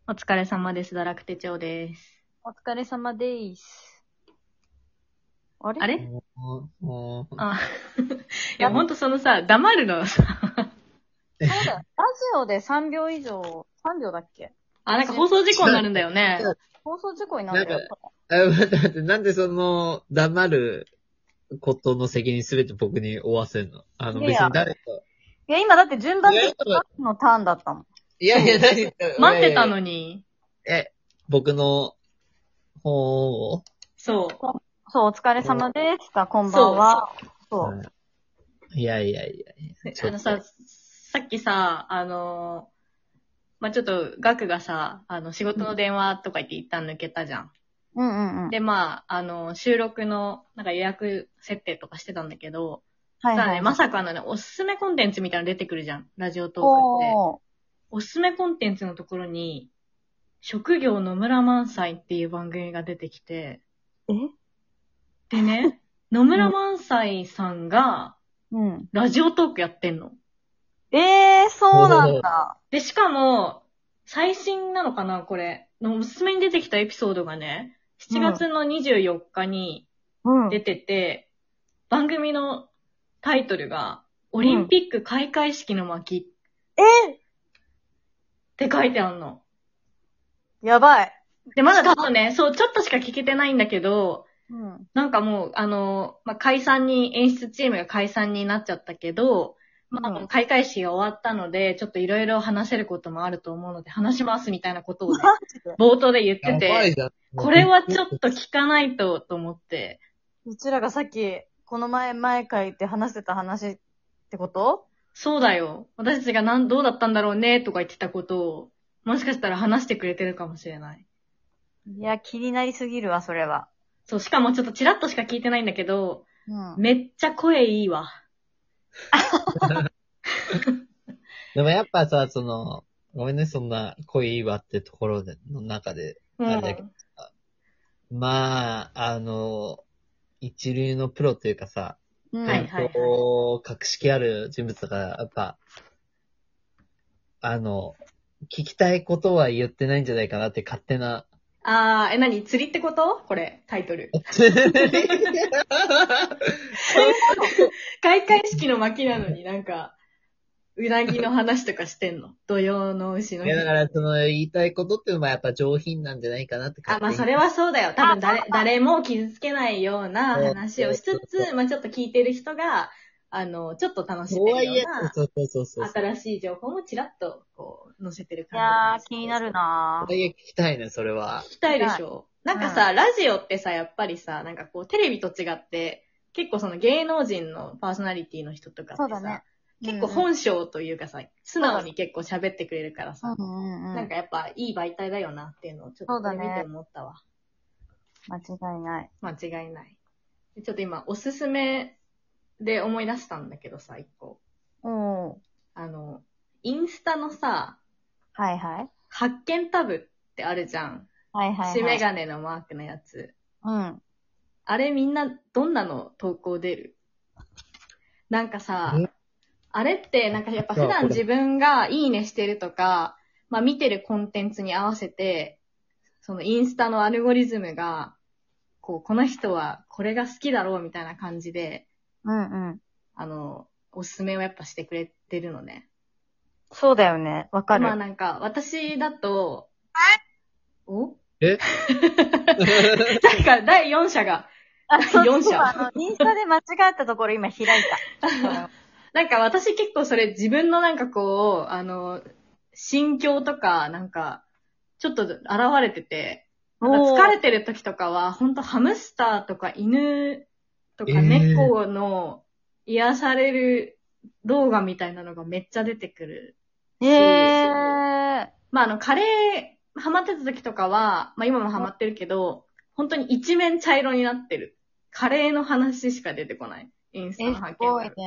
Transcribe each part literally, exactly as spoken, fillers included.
お疲れ様です。堕落手帳です。 お疲れ様でーす。あれあれおーあ、いや、ほんとそのさ、黙るのさ、 そうだよ。ラジオでさんびょう以上、さんびょうだっけあ、なんか放送事故になるんだよね。 放送事故になるんだよ。 あ、待って待って、なんでその、黙ることの責任すべて僕に負わせんの？あの、 いやいや別に誰か。 いや、今だって順番的いやにのターンだったもん。 いやいや、何言って待ってたのに。 え、僕の方を。 そう。 そう、お疲れ様ですか、こんばんは。そう。 いやいやいやいや。 あのさ、さっきさ、あの、まあ、ちょっと、ガクがさ、あの、仕事の電話とか言って一旦抜けたじゃん。 うんうんうん。 で、まあ、あの、収録の、なんか予約設定とかしてたんだけど、 はいはい、 さあね、まさかのね、おすすめコンテンツみたいなの出てくるじゃん。ラジオトークって。 おー。 おすすめコンテンツのところに、職業野村萬斎っていう番組が出てきて、 えでね、野村萬斎さんが、 うん。 ラジオトークやってんの。 えー、そうなんだ。 で、しかも、最新なのかなこれ。おすすめに出てきたエピソードがね、しちがつのにじゅうよっかにうん。 出てて、うん、番組のタイトルが、オリンピック開会式の巻。 うん、えって書いてあんの。 やばい。 で、まだちょっとね、そう、ちょっとしか聞けてないんだけど、 うん、 なんかもう、あの、まあ、解散に、演出チームが解散になっちゃったけど、まあ、うん、開会式が終わったので、ちょっといろいろ話せることもあると思うので、話しますみたいなことをね、冒頭で言ってて、これはちょっと聞かないと、と思って。 うちらがさっき、この前、前書いて話してた話ってこと？ そうだよ。私たちがなん、どうだったんだろうね、とか言ってたことを、もしかしたら話してくれてるかもしれない。 いや、気になりすぎるわ、それは。 そう、しかもちょっとチラッとしか聞いてないんだけど、うん、めっちゃ声いいわ。 でもやっぱさ、その、ごめんね、そんな声いいわってところでの中で、あれだけどさ、うん、まあ、あの、一流のプロっていうかさ、 うん、はいはいはい。 格式ある人物が、やっぱ、あの、聞きたいことは言ってないんじゃないかなって勝手な。 あー、え、なに釣りってことこれ、タイトル。開会式の巻なのになんか、うなぎの話とかしてんの。土曜の牛の日。 いや、だから、その、言いたいことっていうのはやっぱ上品なんじゃないかなってあ、まあ、それはそうだよ。多分誰、誰も傷つけないような話をしつつ、まあ、ちょっと聞いてる人が、あの、ちょっと楽しめるような、 そうそうそうそう新しい情報もちらっと、こう、載せてる感じ。 いやー、気になるなぁ。聞きたいね、それは。 聞きたいでしょ。なんかさ、うん、ラジオってさ、やっぱりさ、なんかこう、テレビと違って、結構その芸能人のパーソナリティの人とかってさ、そうだね、結構本性というかさ、うん、素直に結構喋ってくれるからさ、うんうんうん、なんかやっぱいい媒体だよなっていうのをちょっとこれ見て思ったわ。 ね、間違いない。 間違いない。ちょっと今、おすすめで思い出したんだけどさ、一個。 うん。 あの、インスタのさ、 はいはい。 発見タブってあるじゃん。 はいはいはい。 虫眼鏡のマークのやつ。 うん。 あれみんなどんなの投稿出る？なんかさ、あれってなんかやっぱ普段自分がいいねしてるとか、まあ見てるコンテンツに合わせて、そのインスタのアルゴリズムが、こう、この人はこれが好きだろうみたいな感じで、 うんうん。 あの、おすすめをやっぱしてくれてるのね。 そうだよね。わかる。 まあなんか、私だと、おえなんか、だいよん社が、 あ、だいよん社。あの、インスタで間違ったところ今開いた。 なんか私結構それ自分のなんかこう、あの、心境とか、なんか、ちょっと現れてて、なんか疲れてる時とかは、ほんとハムスターとか犬とか猫の癒される動画みたいなのがめっちゃ出てくるし、 えー、 まああの、カレーハマってた時とかは、まあ今もハマってるけど、本当に一面茶色になってる。カレーの話しか出てこない。インスタの発見。 すごいね。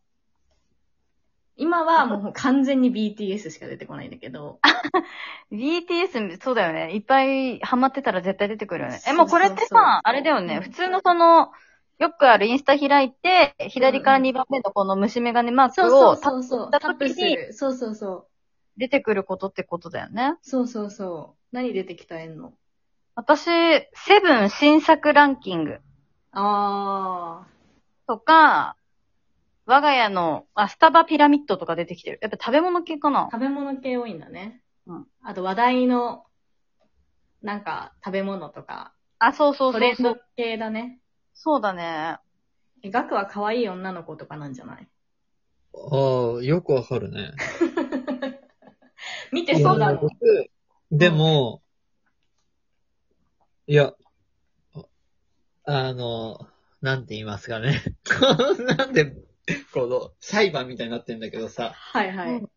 今はもう完全に ビーティーエス しか出てこないんだけど。 ビーティーエス そうだよね。いっぱいハマってたら絶対出てくるよね。え、もうこれってさ、あれだよね、うん。普通のその、よくあるインスタ開いて、左からにばんめのこの虫眼鏡マークをタップした時に、 そうそうそう。 出てくることってことだよね。 そうそうそう。何出てきたえんの？ 私、セブン新作ランキングあとか、我が家の、あ、スタバピラミッドとか出てきてる。やっぱ食べ物系かー。 な。 食べ物系多いんだね。 うん。 あと話題の、なんか、食べ物とか、 あ、そうそうトレンドそうそう。 系だね。 そうだね。 え、ガクは可愛い女の子とかなんじゃない？ ああ、よくわかるね。 見ていや、 そうだもん。 僕、でも、いや、あの、なんて言いますかね。なんで、この、裁判みたいになってんだけどさ、 はいはい。 うん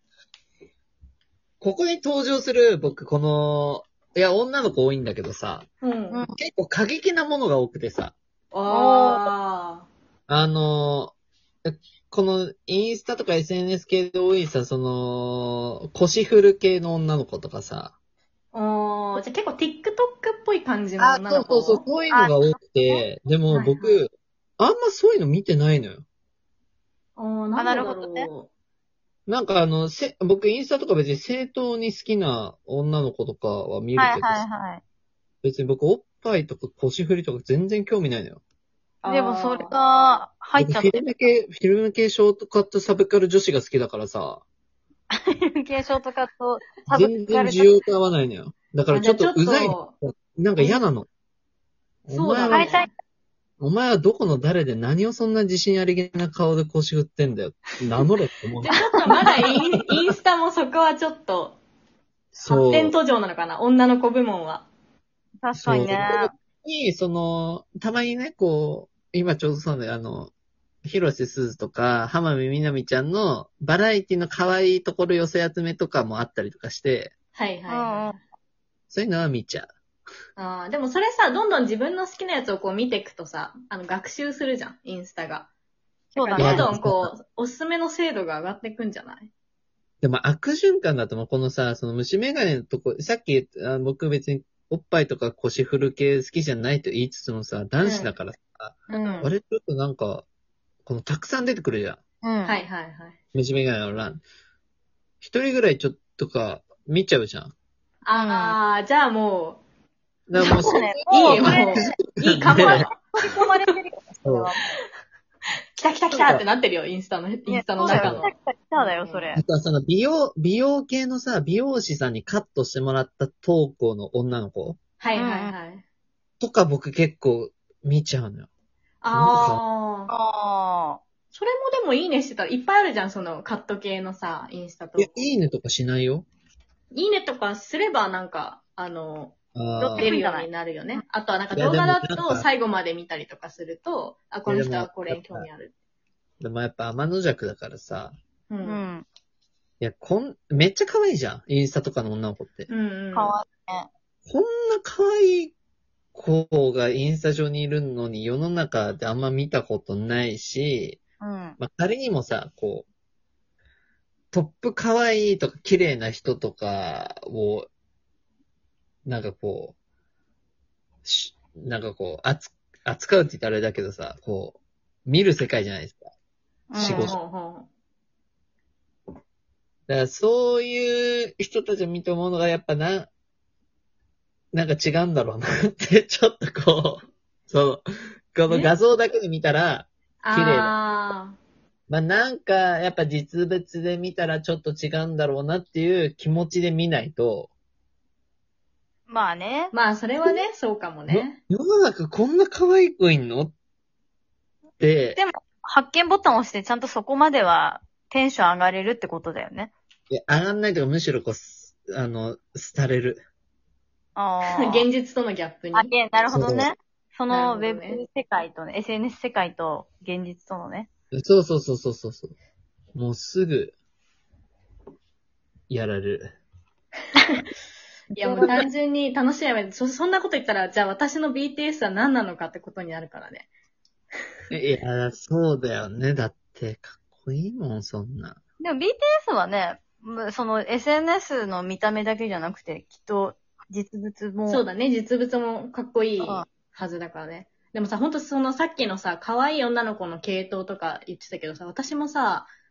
ここに登場する、僕、この、いや、女の子多いんだけどさ、 うん。 うん結構過激なものが多くてさ、 ああの、このインスタとか エスエヌエス 系で多いさ、その、腰振る系の女の子とかさ、 ー。おー、じゃあ結構 TikTok っぽい感じのあ、 女の子？ そうそうそう、そういうのが多くて、でも僕、 はいはあんまそういうの見てないのよ。 あー、なんなでだるほどねろなんかあの、せ、僕インスタとか別に正当に好きな女の子とかは見るはいけど、 はいはい。 別に僕おっぱいとか腰振りとか全然興味ないのよ。 う。 でもそれあが入っちゃってる。 僕フィルム系、フィルム系ショートカットサブカル女子が好きだからさ、 継承とかとサブ全然カル需要と合わないのよ。だからちょっとあじゃあちょっとうざいの。なんか嫌なの。おそうだ前は、 変えたいね。 お前はどこの誰で何をそんな自信ありげな顔で腰振ってんだよ。名乗れって思うじゃあちょっとまだインインスタもそこはちょっとそう。 発展途上なのかな、女の子部門は。 確かにね。 に、その、たまにね、こう、今ちょうどそうだよ、あの、広瀬すずとか、浜辺美波ちゃんのバラエティの可愛いところ寄せ集めとかもあったりとかして、 はいはいはい。 そういうのは見ちゃう。 ああ、でもそれさ、どんどん自分の好きなやつをこう見ていくとさ、あの、学習するじゃん、インスタが。 そうだね。 だからどんどんこう、おすすめの精度が上がっていくんじゃない？ でも悪循環だと思う。このさ、その虫眼鏡のとこ、さっきあ僕別におっぱいとか腰振る系好きじゃないと言いつつもさ、男子だからさ、 うん。 あれちょっとなんか、このたくさん出てくるじゃん。 うん。 はいはいはい。 虫眼鏡の欄。一人ぐらいちょっとか見ちゃうじゃん。 ああ、じゃあもだからもうそうね。 う、いいよ、 もうそれもう。いいかも。 ね取り込まれてるよ。それは。 来た来た来たってなってるよ、インスタの、インスタの中の。 そうだよ、それあ。とはその美容、美容系のさ、美容師さんにカットしてもらった投稿の女の子はいはいはい。 とか僕結構見ちゃうのよ。 ああ。 ああ。 それもでもいいねしてたらいっぱいあるじゃん、そのカット系のさ、インスタといや、。いいねとかしないよ。 いいねとかすればなんか、あの、 あ出るようになるよね。あとはなんかいや動画だでもなんかと最後まで見たりとかすると、あ、この人はこれに興味ある。 でもやっぱ天の弱だからさ、 う。 うんん。 いや、こん、めっちゃ可愛いじゃん。インスタとかの女の子って。 うんうん。 かわこんな可愛い子がインスタ上にいるのに世の中であんま見たことないし、 いい。うん。 まあ、仮にもさ、こう、トップ可愛いとか綺麗な人とかを、なんかこう、しなんかこう、扱扱うって言ったらあれだけどさ、こう、見る世界じゃないですか。仕事ほうほうほだからそういう人たちを見て思うのがやっぱな、なんか違うんだろうなって、ちょっとこう、その、この画像だけで見たら、 う。 綺麗だ。 あまあなんか、やっぱ実物で見たらちょっと違うんだろうなっていう気持ちで見ないと、 まあねあ。。まあ、それはね、そうかもね。 世の中こんな可愛い子いんのって、 でも、発見ボタンを押してちゃんとそこまではテンション上がれるってことだよね。 いや、上がんないとかむしろこうす、あの、廃れる。 ああ。 現実とのギャップに。 あ、げなるほどね。そのウェなるほどねブ世界とね、エスエヌエス 世界と現実とのね。 そうそうそうそうそうそう。もうすぐ、やられる。 いや、もう単純に楽しいやめそ、そんなこと言ったら、じゃあ私の ビーティーエス は何なのかってことになるからね。 いや、そうだよね。だって、かっこいいもん、そんな。 でも ビーティーエス はね、むその エスエヌエス の見た目だけじゃなくて、きっと実物も。 そうだね、実物もかっこいいうんはずだからね。でもさ、ほんとそのさっきのさ、可愛い女の子の系統とか言ってたけどさ、私もさ、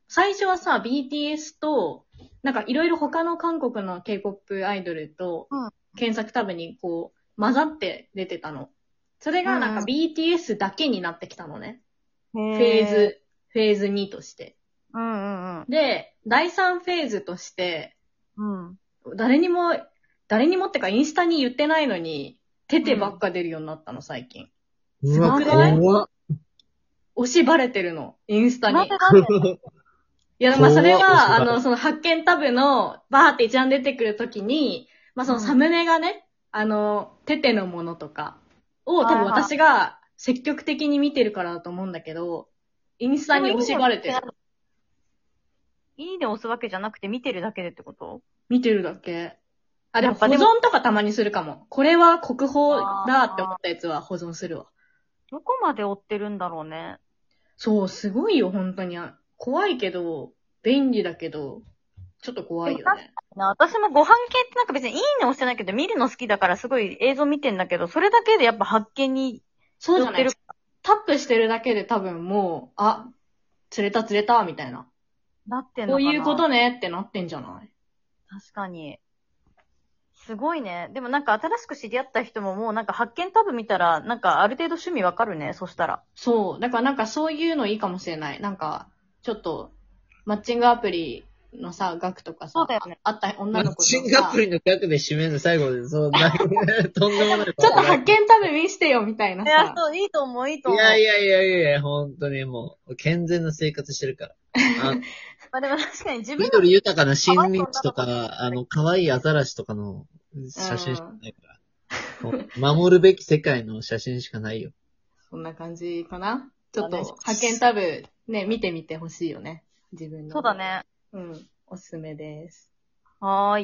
最初はさ、ビーティーエス と、なんかいろいろ他の韓国の K-ポップ アイドルとうん、 検索タブにこう、混ざって出てたの。それがなんか ビーティーエス だけになってきたのね。 フフェー。ズ、フェーズにとして。 うんうんうん。 で、だいさんフェーズとして、 うん。 誰にも、誰にもってかインスタに言ってないのに、テテばっか出るようになったの、最近。 うわ、 すごくない怖っ。 推しバレてるの、インスタになんで。なんでいや、まあそれ怖っ推しバは、 レあの、その発見タブのバーって一覧出てくるときに、まあそのサムネがね、あの、テテのものとかを多分はいはい私が積極的に見てるからだと思うんだけど、インスタに推しバレてる。 いいね押すわけじゃなくて見てるだけでってこと？ 見てるだけ。あ、でも保やっぱでも存とかたまにするかも。これは国宝だって思ったやつは保存するわ。 どこまで追ってるんだろうね。 そう、すごいよ、本当に。怖いけど、便利だけど、ちょっと怖いよね。 な私もご飯系ってなんか別にいいね押してないけど、見るの好きだからすごい映像見てんだけど、それだけでやっぱ発見にそうじゃない寄ってる。 タップしてるだけで多分もう、あ、釣れた釣れた、みたいな。 なってんのかな。 こういうことねってなってんじゃない？ 確かに。すごいね。でもなんか新しく知り合った人ももうなんか発見タブ見たら、なんかある程度趣味わかるね、そしたら。 そう。だからなんかそういうのいいかもしれない。なんか、ちょっと、マッチングアプリのさ、額とかさ、 そうだよねあった女の子とさ、 シンガプリの額で締める最後で、そう、なんかとんでもない。 ちょっと発見タブ見してよ、みたいないや、 さ。 そう、いいと思う、いいと思う。 いやいやいやいやいや、本当にもう、健全な生活してるから。あまあでも確かに自分の緑豊かな森林とか、あの、可愛いアザラシとかの写真しかないから。もう守るべき世界の写真しかないよ。 そんな感じかな。ちょっお願いしと、発見タブ、ね、見てみてほしいよね。自分の。 そうだね。 うん。おすすめです。 はーい。